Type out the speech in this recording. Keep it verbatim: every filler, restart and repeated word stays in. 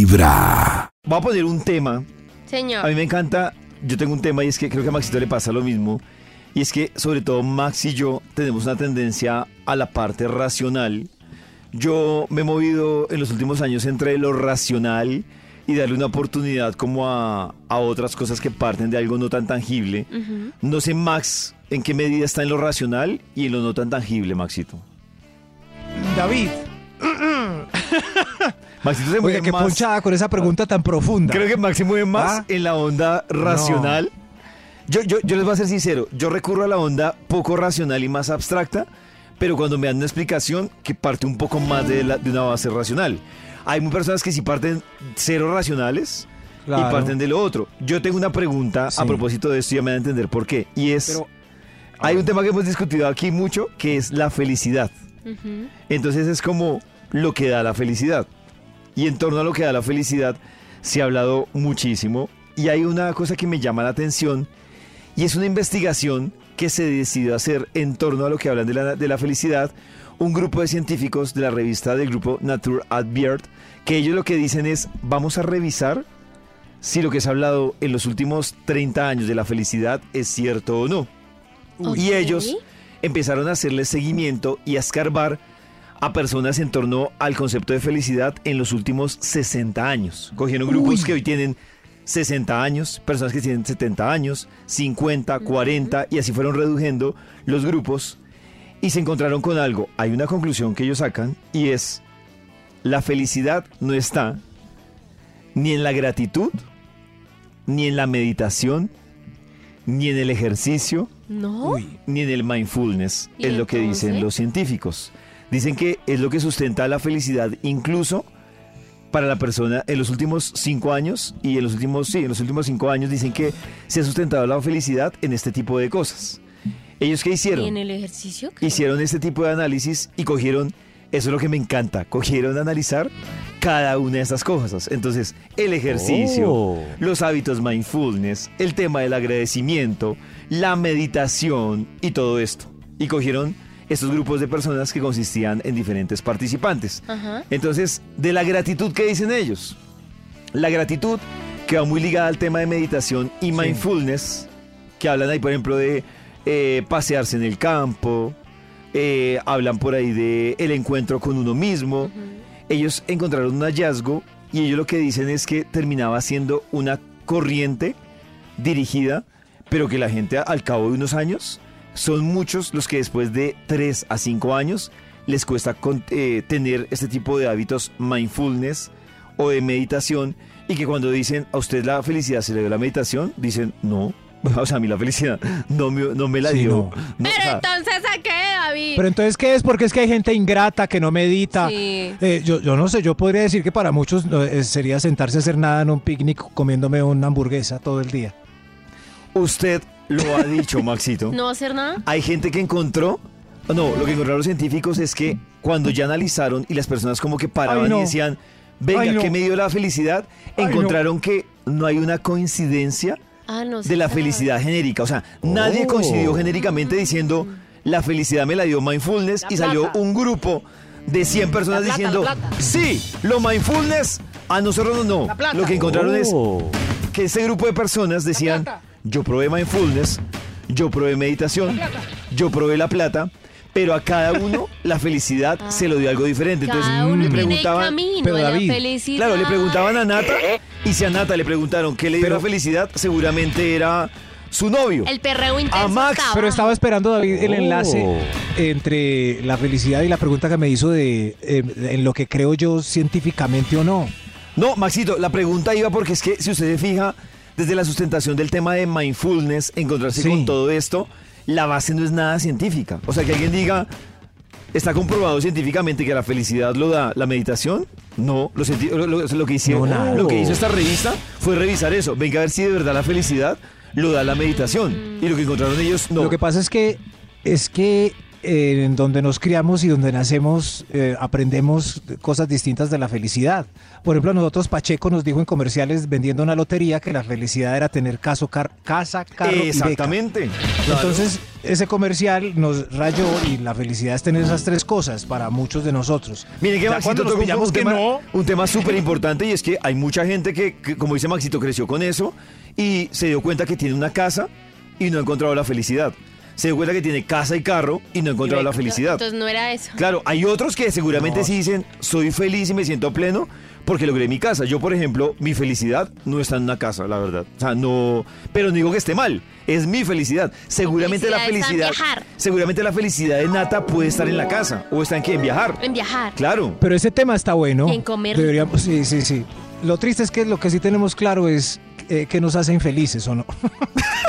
Vibra. Voy a poner un tema. Señor. A mí me encanta, yo tengo un tema y es que creo que a Maxito le pasa lo mismo. Y es que sobre todo Max y yo tenemos una tendencia a la parte racional. Yo me he movido en los últimos años entre lo racional y darle una oportunidad como a, a otras cosas que parten de algo no tan tangible. Uh-huh. No sé, Max, en qué medida está en lo racional y en lo no tan tangible, Maxito. David. Maxito se mueve Oiga, qué más. ponchada con esa pregunta tan profunda. Creo que Max se mueve más ¿Ah? en la onda racional. Yo, yo, yo les voy a ser sincero, yo recurro a la onda poco racional y más abstracta, pero cuando me dan una explicación que parte un poco más de, la, de una base racional. Hay muchas personas que sí parten cero racionales Claro. y parten de lo otro. Yo tengo una pregunta Sí. a propósito de esto y ya me van a entender por qué. Y es, Pero- hay un tema que hemos discutido aquí mucho, que es la felicidad. Uh-huh. Entonces es como lo que da la felicidad. Y en torno a lo que da la felicidad se ha hablado muchísimo. Y hay una cosa que me llama la atención y es una investigación que se decidió hacer en torno a lo que hablan de la, de la felicidad. Un grupo de científicos de la revista del grupo Nature Adviert, que ellos lo que dicen es, vamos a revisar si lo que se ha hablado en los últimos treinta años de la felicidad es cierto o no. Ok. Y ellos empezaron a hacerle seguimiento y a escarbar a personas en torno al concepto de felicidad en los últimos sesenta años. Cogieron grupos Uy. que hoy tienen sesenta años, personas que tienen setenta años, cincuenta, cuarenta, y así fueron reduciendo los grupos y se encontraron con algo. Hay una conclusión que ellos sacan y es, la felicidad no está ni en la gratitud, ni en la meditación, ni en el ejercicio, ¿No? Uy. ni en el mindfulness, ¿Y es lo que entonces? dicen los científicos. Dicen que es lo que sustenta la felicidad incluso para la persona en los últimos cinco años y en los últimos, sí, en los últimos cinco años dicen que se ha sustentado la felicidad en este tipo de cosas. ¿Ellos qué hicieron? ¿Y en el ejercicio? ¿Qué? Hicieron este tipo de análisis y cogieron, eso es lo que me encanta, cogieron a analizar cada una de estas cosas. Entonces, el ejercicio, Oh. los hábitos mindfulness, el tema del agradecimiento, la meditación y todo esto. Y cogieron estos grupos de personas que consistían en diferentes participantes. Ajá. Entonces, de la gratitud, ¿qué dicen ellos? La gratitud, que va muy ligada al tema de meditación y mindfulness, que hablan ahí, por ejemplo, de eh, pasearse en el campo, eh, hablan por ahí de el encuentro con uno mismo. Ujú. Ellos encontraron un hallazgo y ellos lo que dicen es que terminaba siendo una corriente dirigida, pero que la gente a- al cabo de unos años, son muchos los que después de tres a cinco años les cuesta con- eh, tener este tipo de hábitos mindfulness o de meditación, y que cuando dicen a usted la felicidad se le dio la meditación, dicen no, o sea, a mí la felicidad no me, no me la Sí, dio. no. No, o Pero sea, entonces, ¿a qué, David? Pero entonces, ¿qué es? Porque es que hay gente ingrata que no medita. Sí. Eh, yo, yo no sé, yo podría decir que para muchos no, eh, sería sentarse a hacer nada en un picnic comiéndome una hamburguesa todo el día. usted lo ha dicho, Maxito. ¿No hacer nada? Hay gente que encontró, no, lo que encontraron los científicos es que cuando ya analizaron y las personas como que paraban Ay, no. y decían, venga, Ay, no. ¿qué me dio la felicidad? Ay, no. Encontraron que no hay una coincidencia Ah, no sé. de la felicidad genérica. O sea, nadie Oh. coincidió genéricamente diciendo, la felicidad me la dio mindfulness, y salió un grupo de cien personas plata, diciendo, la plata. sí, lo mindfulness, a nosotros no. Lo que encontraron es Oh. que ese grupo de personas decían, yo probé mindfulness, yo probé meditación, yo probé la plata, pero a cada uno la felicidad Ah. se lo dio algo diferente. Entonces Cada uno le tiene el preguntaban, camino pero de la David, felicidad. claro, le preguntaban a Nata, y si a Nata le preguntaron qué le dio Pero- la felicidad, seguramente era su novio. El perreo intenso A Max, estaba. Pero estaba esperando, David, el Oh. enlace entre la felicidad y la pregunta que me hizo de eh, en lo que creo yo científicamente o no. No, Maxito, la pregunta iba porque es que si usted se fija, desde la sustentación del tema de mindfulness, encontrarse Sí. con todo esto, la base no es nada científica. O sea, que alguien diga, ¿está comprobado científicamente que la felicidad lo da la meditación? No, lo, cienti- lo, lo- lo que hicieron, No, nada. lo que hizo esta revista fue revisar eso. Venga a ver si de verdad la felicidad lo da la meditación. Y lo que encontraron ellos, no. Lo que pasa es que es que eh, en donde nos criamos y donde nacemos eh, aprendemos cosas distintas de la felicidad. Por ejemplo, a nosotros Pacheco nos dijo en comerciales vendiendo una lotería que la felicidad era tener caso, car- casa, carro y beca. Exactamente. Claro. Entonces, ese comercial nos rayó y la felicidad es tener esas tres cosas para muchos de nosotros. Miren que Ya Maxito cuando nos tocó un, pillamos un que tema, no. un tema súper importante y es que hay mucha gente que, que, como dice Maxito, creció con eso y se dio cuenta que tiene una casa y no ha encontrado la felicidad. Se dio cuenta que tiene casa y carro y no ha encontrado la felicidad. Entonces no era eso. Claro, hay otros que seguramente No. sí dicen, soy feliz y me siento pleno porque logré mi casa. Yo, por ejemplo, mi felicidad no está en una casa, la verdad. O sea, no, pero no digo que esté mal, es mi felicidad. Seguramente la felicidad felicidad, está en viajar. seguramente la felicidad de Nata puede estar en la casa o está en qué, en viajar. En viajar. Claro. Pero ese tema está bueno. Y en comer. Deberíamos, sí, sí, sí. Lo triste es que lo que sí tenemos claro es eh, que nos hacen felices, ¿o no?